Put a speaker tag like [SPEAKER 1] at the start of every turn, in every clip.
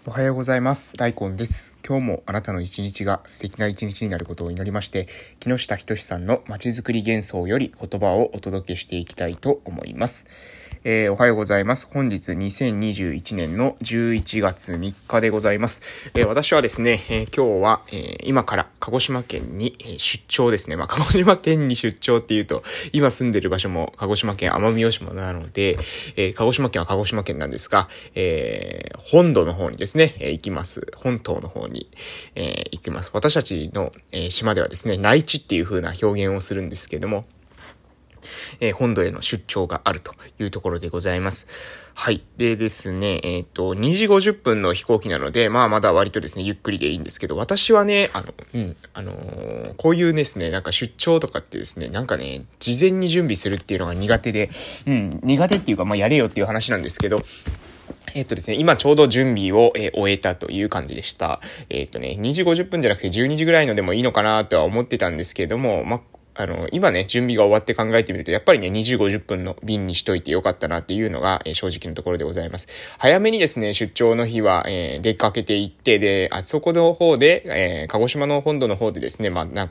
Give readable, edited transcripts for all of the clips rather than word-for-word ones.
[SPEAKER 1] おはようございます。ライコンです。今日もあなたの一日が素敵な一日になることを祈りまして、木下仁さんのまちづくり幻想より言葉をお届けしていきたいと思います。おはようございます。本日2021年の11月3日でございます。私はですね、今日は、今から鹿児島県に出張ですね。鹿児島県に出張っていうと、今住んでる場所も鹿児島県奄美大島なので、鹿児島県は鹿児島県なんですが、本土の方にですね、行きます。本島の方に、行きます。私たちの、島ではですね、内地っていう風な表現をするんですけども、本土への出張があるというところでございます。はい。でですね、2時50分の飛行機なので、まだ割とですね、ゆっくりでいいんですけど、私はね、こういうですね、出張とかってですね、事前に準備するっていうのが苦手で、苦手っていうか、やれよっていう話なんですけど、ですね、今ちょうど準備を、終えたという感じでした。2時50分じゃなくて12時ぐらいのでもいいのかなとは思ってたんですけれども、今ね、準備が終わって考えてみると、やっぱりね、2時50分の便にしといてよかったなっていうのが、正直なところでございます。早めにですね、出張の日は、出かけていって、で、あそこの方で、鹿児島の本土の方でですね、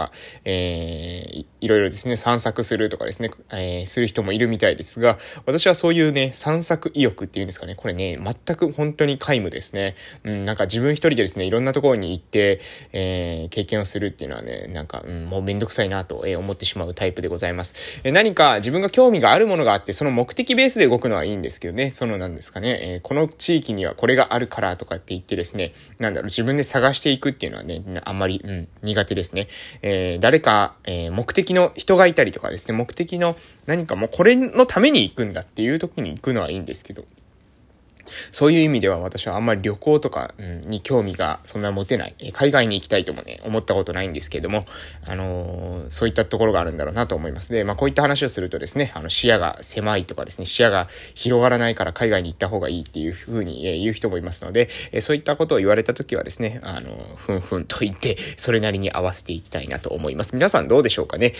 [SPEAKER 1] いろいろですね、散策するとかですね、する人もいるみたいですが、私はそういうね、散策意欲っていうんですかね、これね、全く本当に皆無ですね。自分一人でですね、いろんなところに行って、経験をするっていうのはね、もうめんどくさいなと思ってしまうタイプでございます。何か自分が興味があるものがあって、その目的ベースで動くのはいいんですけどね、なんですかね、この地域にはこれがあるからとかって言ってですね、自分で探していくっていうのはね、あんまり、苦手ですね。誰か、目的の人がいたりとかですね、目的の何かもうこれのために行くんだっていう時に行くのはいいんですけど、そういう意味では私はあんまり旅行とかに興味がそんな持てない。海外に行きたいともね、思ったことないんですけれども、そういったところがあるんだろうなと思います。で、こういった話をするとですね、視野が狭いとかですね、視野が広がらないから海外に行った方がいいっていう風に言う人もいますので、そういったことを言われたときはですね、ふんふんと言って、それなりに合わせていきたいなと思います。皆さんどうでしょうかね。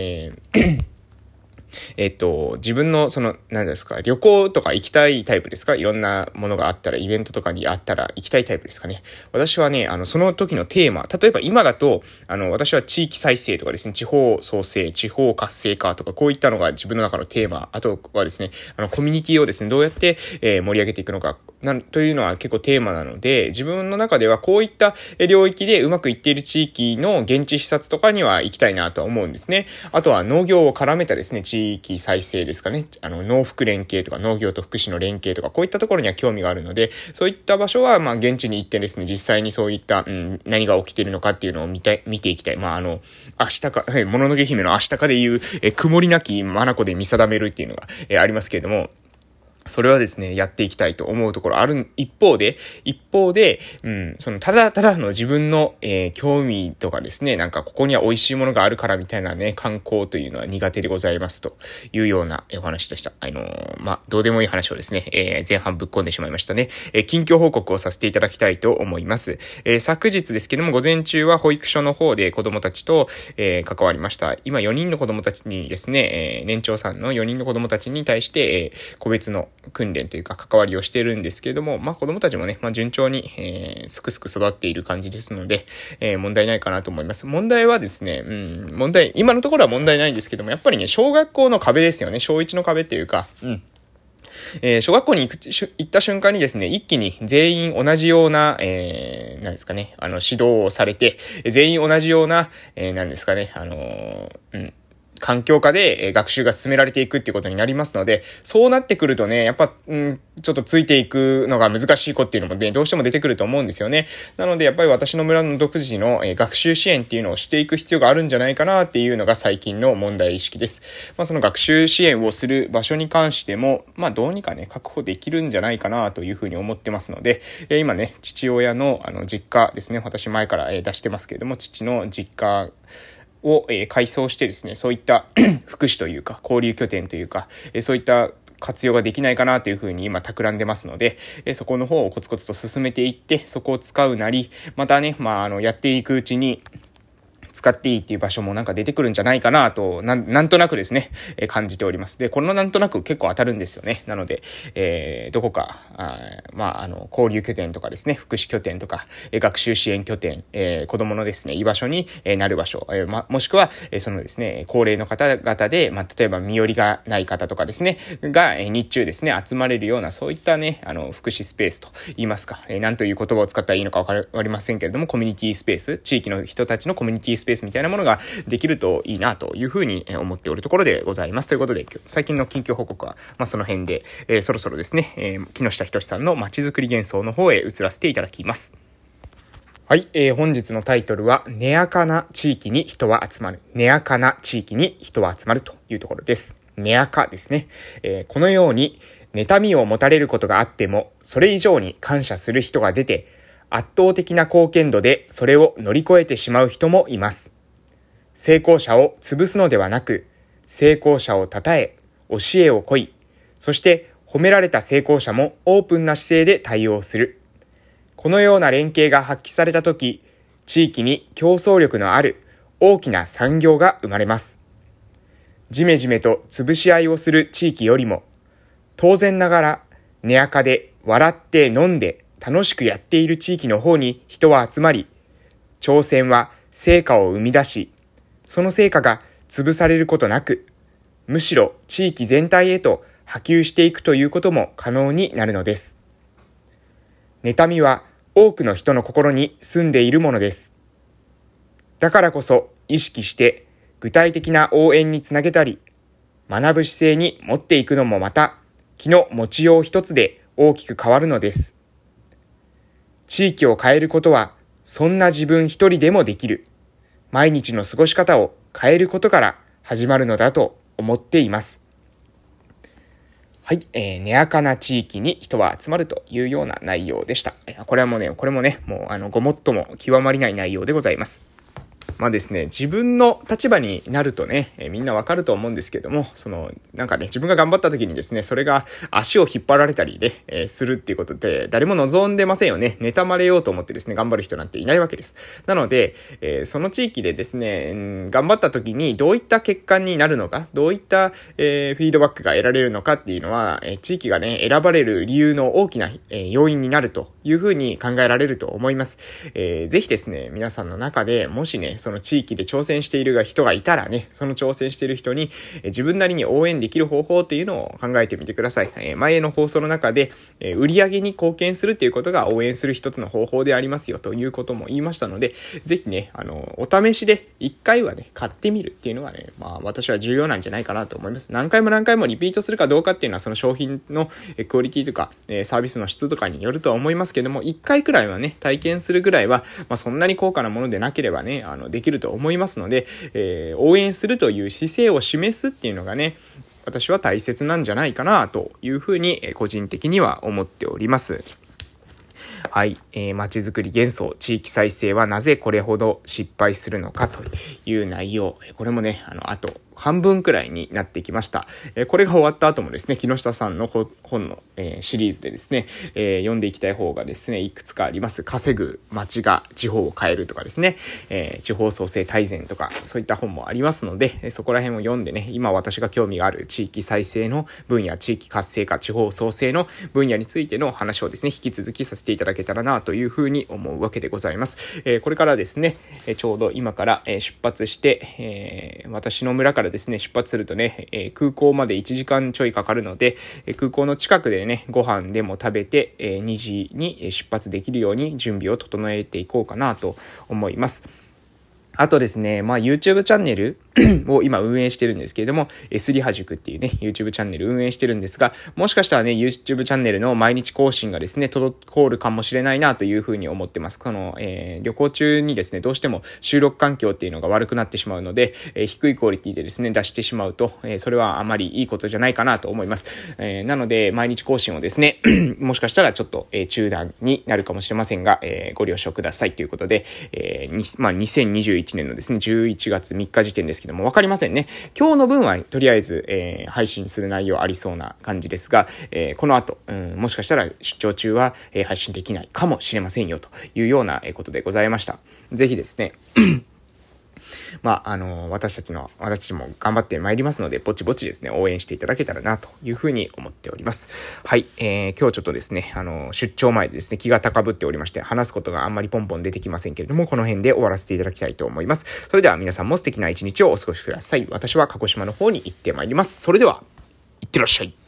[SPEAKER 1] 自分の何ですか、旅行とか行きたいタイプですか？いろんなものがあったら、イベントとかにあったら行きたいタイプですかね。私はね、その時のテーマ、例えば今だと、私は地域再生とかですね、地方創生、地方活性化とか、こういったのが自分の中のテーマ、あとはですね、コミュニティをですね、どうやって、盛り上げていくのか、というのは結構テーマなので、自分の中ではこういった領域でうまくいっている地域の現地視察とかには行きたいなと思うんですね。あとは農業を絡めたですね、地域再生ですかね。農福連携とか農業と福祉の連携とか、こういったところには興味があるので、そういった場所は、現地に行ってですね、実際にそういった、何が起きているのかっていうのを見ていきたい。明日か、もののけ姫の明日かでいう、曇りなき眼で見定めるっていうのが、ありますけれども、それはですね、やっていきたいと思うところある一方で、ただの自分の、興味とかですね、ここには美味しいものがあるからみたいなね、観光というのは苦手でございますというようなお話でした。どうでもいい話をですね、前半ぶっ込んでしまいましたね。近況報告をさせていただきたいと思います。昨日ですけども、午前中は保育所の方で子供たちと、関わりました。今4人の子供たちにですね、年長さんの4人の子供たちに対して、個別の訓練というか関わりをしているんですけれども、子供たちもね、順調に、すくすく育っている感じですので、問題ないかなと思います。問題はですね、今のところは問題ないんですけども、やっぱりね、小学校の壁ですよね。小1の壁っていうか、小学校に行った瞬間にですね、一気に全員同じような、何ですかね、指導をされて、全員同じような、何ですかね、環境下で学習が進められていくっていうことになりますので、そうなってくるとね、やっぱ、ちょっとついていくのが難しい子っていうのもね、どうしても出てくると思うんですよね。なので、やっぱり私の村の独自の学習支援っていうのをしていく必要があるんじゃないかなっていうのが最近の問題意識です。その学習支援をする場所に関しても、どうにかね、確保できるんじゃないかなというふうに思ってますので、今ね、父親の実家ですね、私前から出してますけれども、父の実家を改装してですね、そういった福祉というか交流拠点というか、そういった活用ができないかなというふうに今企んでますので、そこの方をコツコツと進めていって、そこを使うなり、またね、やっていくうちに使っていいっていう場所もなんか出てくるんじゃないかなと、なんとなくですね、感じております。で、このなんとなく結構当たるんですよね。なので、どこか、交流拠点とかですね、福祉拠点とか、学習支援拠点、子供のですね、居場所になる場所、もしくは、そのですね、高齢の方々で、例えば身寄りがない方とかですね、が、日中ですね、集まれるような、そういったね、福祉スペースと言いますか、何という言葉を使ったらいいのかわかりませんけれども、コミュニティスペース、地域の人たちのコミュニティスペースみたいなものができるといいなというふうに思っておるところでございます。ということで、最近の近況報告は、その辺で、そろそろですね、木下仁さんの街づくり幻想の方へ移らせていただきます。はい、本日のタイトルは、根やかな地域に人は集まる。根やかな地域に人は集まるというところです。根やかですね。このように、妬みを持たれることがあっても、それ以上に感謝する人が出て、圧倒的な貢献度でそれを乗り越えてしまう人もいます。成功者を潰すのではなく、成功者を称え、教えを請い、そして褒められた成功者もオープンな姿勢で対応する。このような連携が発揮されたとき、地域に競争力のある大きな産業が生まれます。じめじめと潰し合いをする地域よりも、当然ながら根やかで笑って飲んで楽しくやっている地域の方に人は集まり、挑戦は成果を生み出し、その成果が潰されることなく、むしろ地域全体へと波及していくということも可能になるのです。妬みは多くの人の心に住んでいるものです。だからこそ意識して具体的な応援につなげたり、学ぶ姿勢に持っていくのもまた気の持ちよう一つで大きく変わるのです。地域を変えることはそんな自分一人でもできる。毎日の過ごし方を変えることから始まるのだと思っています。はい、根やかな地域に人は集まるというような内容でした。これもね、もうごもっとも極まりない内容でございます。ですね、自分の立場になるとね、みんなわかると思うんですけども、なんかね、自分が頑張った時にですね、それが足を引っ張られたりね、するっていうことって誰も望んでませんよね。妬まれようと思ってですね、頑張る人なんていないわけです。なので、その地域でですね、頑張った時にどういった結果になるのか、どういった、フィードバックが得られるのかっていうのは、地域がね、選ばれる理由の大きな、要因になるというふうに考えられると思います。ぜひですね、皆さんの中でもしね、その地域で挑戦している人がいたらね、その挑戦している人に自分なりに応援できる方法っていうのを考えてみてください。前の放送の中で売り上げに貢献するっていうことが応援する一つの方法でありますよということも言いましたので、ぜひね、お試しで一回はね、買ってみるっていうのはね、私は重要なんじゃないかなと思います。何回もリピートするかどうかっていうのはその商品のクオリティとかサービスの質とかによるとは思いますけども、一回くらいはね、体験するぐらいは、そんなに高価なものでなければね、できると思いますので、応援するという姿勢を示すっていうのがね、私は大切なんじゃないかなというふうに個人的には思っております。はい、街づくり幻想、地域再生はなぜこれほど失敗するのかという内容、これもね、あと半分くらいになってきました。これが終わった後もですね、木下さんの本の、シリーズでですね、読んでいきたい方がですね、いくつかあります。稼ぐ街が地方を変えるとかですね、地方創生大全とか、そういった本もありますので、そこら辺を読んでね、今私が興味がある地域再生の分野、地域活性化、地方創生の分野についての話をですね、引き続きさせていただけたらなというふうに思うわけでございます。これからですね、ちょうど今から出発して、私の村からですね、出発するとね、空港まで1時間ちょいかかるので、空港の近くでね、ご飯でも食べて、2時に出発できるように準備を整えていこうかなと思います。あとですね、YouTube チャンネルを今運営してるんですけれども、S リハ塾っていうね、YouTube チャンネル運営してるんですが、もしかしたらね、YouTube チャンネルの毎日更新がですね、滞るかもしれないなというふうに思ってます。旅行中にですね、どうしても収録環境っていうのが悪くなってしまうので、低いクオリティでですね、出してしまうと、それはあまりいいことじゃないかなと思います。なので、毎日更新をですね、もしかしたらちょっと、中断になるかもしれませんが、ご了承くださいということで、2021年のですね、11月3日時点ですけども、わかりませんね。今日の分はとりあえず、配信する内容ありそうな感じですが、この後、もしかしたら出張中は、配信できないかもしれませんよというようなことでございました。ぜひですね私たちも頑張ってまいりますので、ぼちぼちですね、応援していただけたらなというふうに思っております。はい、今日ちょっとですね、出張前でですね、気が高ぶっておりまして、話すことがあんまりポンポン出てきませんけれども、この辺で終わらせていただきたいと思います。それでは皆さんも素敵な一日をお過ごしください。私は鹿児島の方に行ってまいります。それでは、いってらっしゃい。